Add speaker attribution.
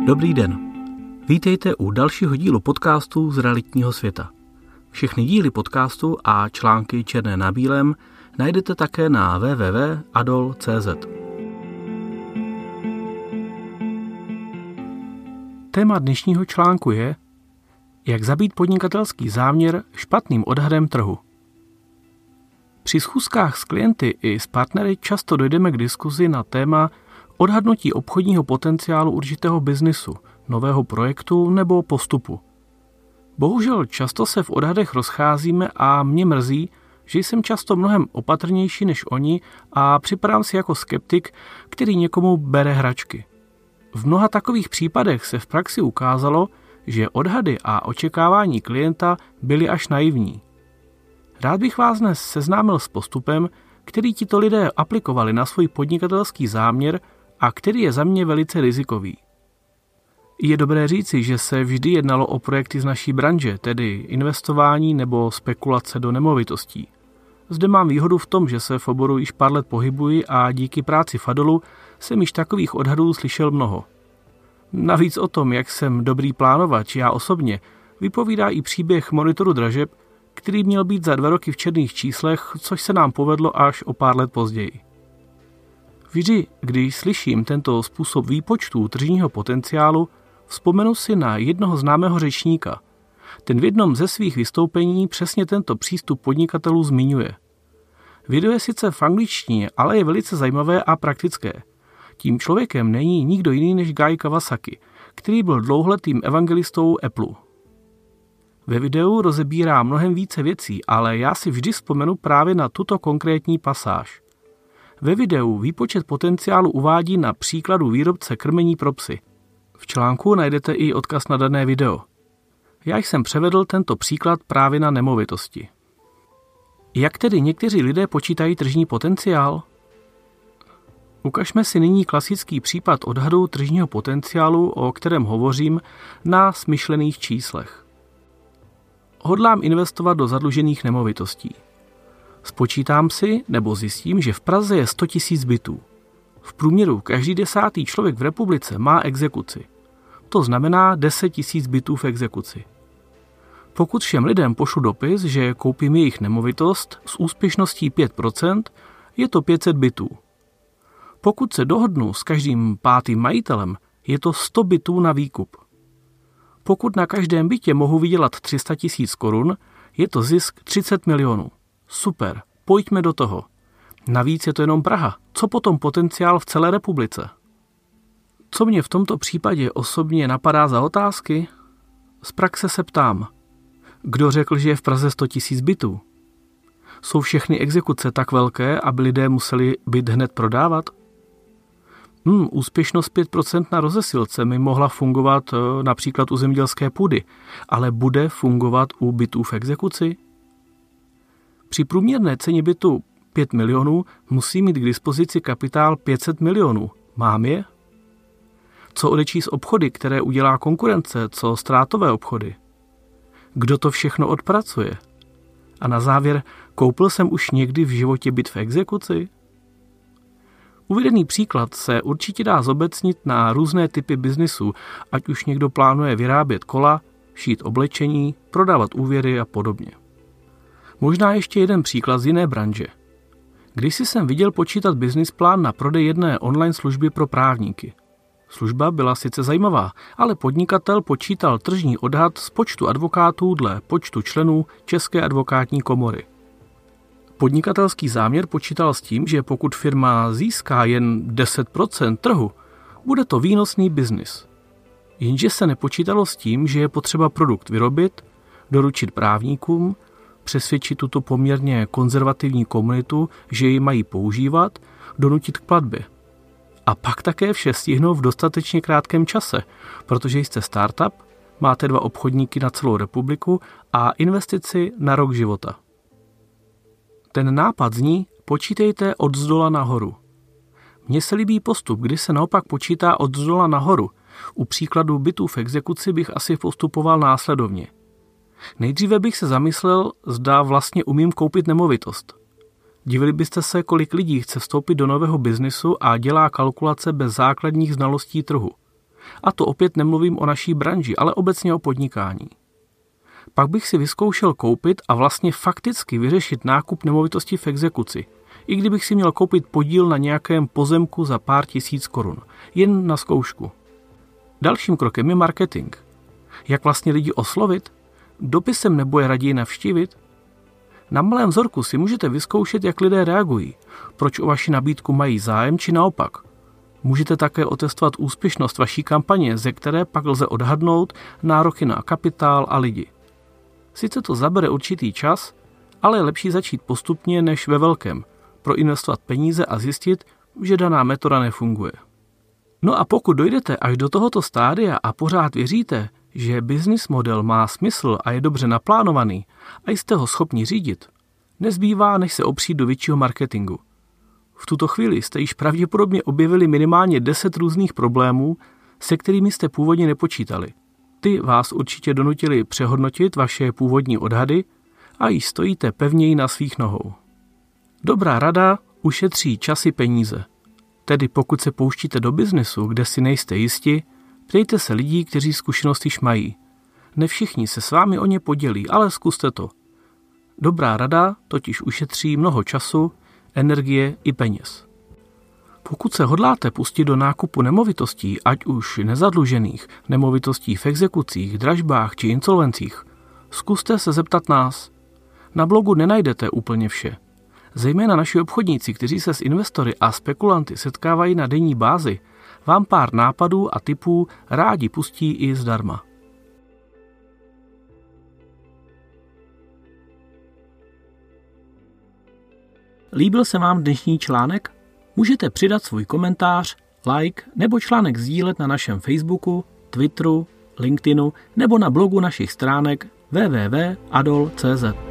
Speaker 1: Dobrý den. Vítejte u dalšího dílu podcastu z realitního světa. Všechny díly podcastu a články černé na bílém najdete také na www.adol.cz. Téma dnešního článku je, jak zabít podnikatelský záměr špatným odhadem trhu. Při schůzkách s klienty i s partnery často dojdeme k diskuzi na téma odhadnutí obchodního potenciálu určitého biznisu, nového projektu nebo postupu. Bohužel často se v odhadech rozcházíme a mě mrzí, že jsem často mnohem opatrnější než oni a připadám si jako skeptik, který někomu bere hračky. V mnoha takových případech se v praxi ukázalo, že odhady a očekávání klienta byly až naivní. Rád bych vás dnes seznámil s postupem, který tito lidé aplikovali na svůj podnikatelský záměr a který je za mě velice rizikový. Je dobré říci, že se vždy jednalo o projekty z naší branže, tedy investování nebo spekulace do nemovitostí. Zde mám výhodu v tom, že se v oboru již pár let pohybuji a díky práci v Adolu jsem již takových odhadů slyšel mnoho. Navíc o tom, jak jsem dobrý plánovač, já osobně, vypovídá i příběh monitoru dražeb, který měl být za 2 roky v černých číslech, což se nám povedlo až o pár let později. Vždy, když slyším tento způsob výpočtu tržního potenciálu, vzpomenu si na jednoho známého řečníka. Ten v jednom ze svých vystoupení přesně tento přístup podnikatelů zmiňuje. Video je sice v angličtině, ale je velice zajímavé a praktické. Tím člověkem není nikdo jiný než Guy Kawasaki, který byl dlouholetým evangelistou Apple. Ve videu rozebírá mnohem více věcí, ale já si vždy vzpomenu právě na tuto konkrétní pasáž. Ve videu výpočet potenciálu uvádí na příkladu výrobce krmení pro psy. V článku najdete i odkaz na dané video. Já jsem převedl tento příklad právě na nemovitosti. Jak tedy někteří lidé počítají tržní potenciál? Ukažme si nyní klasický případ odhadu tržního potenciálu, o kterém hovořím, na smyšlených číslech. Hodlám investovat do zadlužených nemovitostí. Spočítám si nebo zjistím, že v Praze je 100 000 bytů. V průměru každý 10. člověk v republice má exekuci. To znamená 10 000 bytů v exekuci. Pokud všem lidem pošlu dopis, že koupím jejich nemovitost s úspěšností 5%, je to 500 bytů. Pokud se dohodnu s každým 5. majitelem, je to 100 bytů na výkup. Pokud na každém bytě mohu vydělat 300 000 korun, je to zisk 30 milionů. Super, pojďme do toho. Navíc je to jenom Praha. Co potom potenciál v celé republice? Co mě v tomto případě osobně napadá za otázky? Z praxe se ptám. Kdo řekl, že je v Praze 100 000 bytů? Jsou všechny exekuce tak velké, aby lidé museli byt hned prodávat? Úspěšnost 5% na rozesilce mi mohla fungovat například u zemědělské půdy, ale bude fungovat u bytů v exekuci? Při průměrné ceně bytu 5 milionů musí mít k dispozici kapitál 500 milionů. Mám je? Co odečíst obchody, které udělá konkurence, co ztrátové obchody? Kdo to všechno odpracuje? A na závěr, koupil jsem už někdy v životě byt v exekuci? Uvedený příklad se určitě dá zobecnit na různé typy biznisů, ať už někdo plánuje vyrábět kola, šít oblečení, prodávat úvěry a podobně. Možná ještě jeden příklad z jiné branže. Kdysi jsem viděl počítat business plán na prodej jedné online služby pro právníky. Služba byla sice zajímavá, ale podnikatel počítal tržní odhad z počtu advokátů dle počtu členů České advokátní komory. Podnikatelský záměr počítal s tím, že pokud firma získá jen 10% trhu, bude to výnosný biznis. Jenže se nepočítalo s tím, že je potřeba produkt vyrobit, doručit právníkům, přesvědčit tuto poměrně konzervativní komunitu, že ji mají používat, donutit k platbě. A pak také vše stihnout v dostatečně krátkém čase, protože jste startup, máte 2 obchodníky na celou republiku a investici na rok života. Ten nápad zní, počítejte od zdola nahoru. Mně se líbí postup, kdy se naopak počítá od zdola nahoru. U příkladu bytů v exekuci bych asi postupoval následovně. Nejdříve bych se zamyslel, zda vlastně umím koupit nemovitost. Divili byste se, kolik lidí chce vstoupit do nového biznisu a dělá kalkulace bez základních znalostí trhu. A to opět nemluvím o naší branži, ale obecně o podnikání. Pak bych si vyzkoušel koupit a vlastně fakticky vyřešit nákup nemovitosti v exekuci, i kdybych si měl koupit podíl na nějakém pozemku za pár tisíc korun. Jen na zkoušku. Dalším krokem je marketing. Jak vlastně lidi oslovit? Dopisem nebo je raději navštívit? Na malém vzorku si můžete vyzkoušet, jak lidé reagují, proč o vaši nabídku mají zájem či naopak. Můžete také otestovat úspěšnost vaší kampaně, ze které pak lze odhadnout nároky na kapitál a lidi. Sice to zabere určitý čas, ale je lepší začít postupně než ve velkém, proinvestovat peníze a zjistit, že daná metoda nefunguje. No a pokud dojdete až do tohoto stádia a pořád věříte, že business model má smysl a je dobře naplánovaný a jste ho schopni řídit, nezbývá, než se opřít do většího marketingu. V tuto chvíli jste již pravděpodobně objevili minimálně 10 různých problémů, se kterými jste původně nepočítali. Ty vás určitě donutili přehodnotit vaše původní odhady a již stojíte pevněji na svých nohou. Dobrá rada ušetří časy peníze. Tedy pokud se pouštíte do biznesu, kde si nejste jisti, ptejte se lidí, kteří zkušenost již mají. Ne všichni se s vámi o ně podělí, ale zkuste to. Dobrá rada totiž ušetří mnoho času, energie i peněz. Pokud se hodláte pustit do nákupu nemovitostí, ať už nezadlužených, nemovitostí v exekucích, dražbách či insolvencích, zkuste se zeptat nás. Na blogu nenajdete úplně vše. Zejména naši obchodníci, kteří se s investory a spekulanty setkávají na denní bázi, vám pár nápadů a tipů rádi pustí i zdarma. Líbil se vám dnešní článek? Můžete přidat svůj komentář, like nebo článek sdílet na našem Facebooku, Twitteru, LinkedInu nebo na blogu našich stránek www.adol.cz.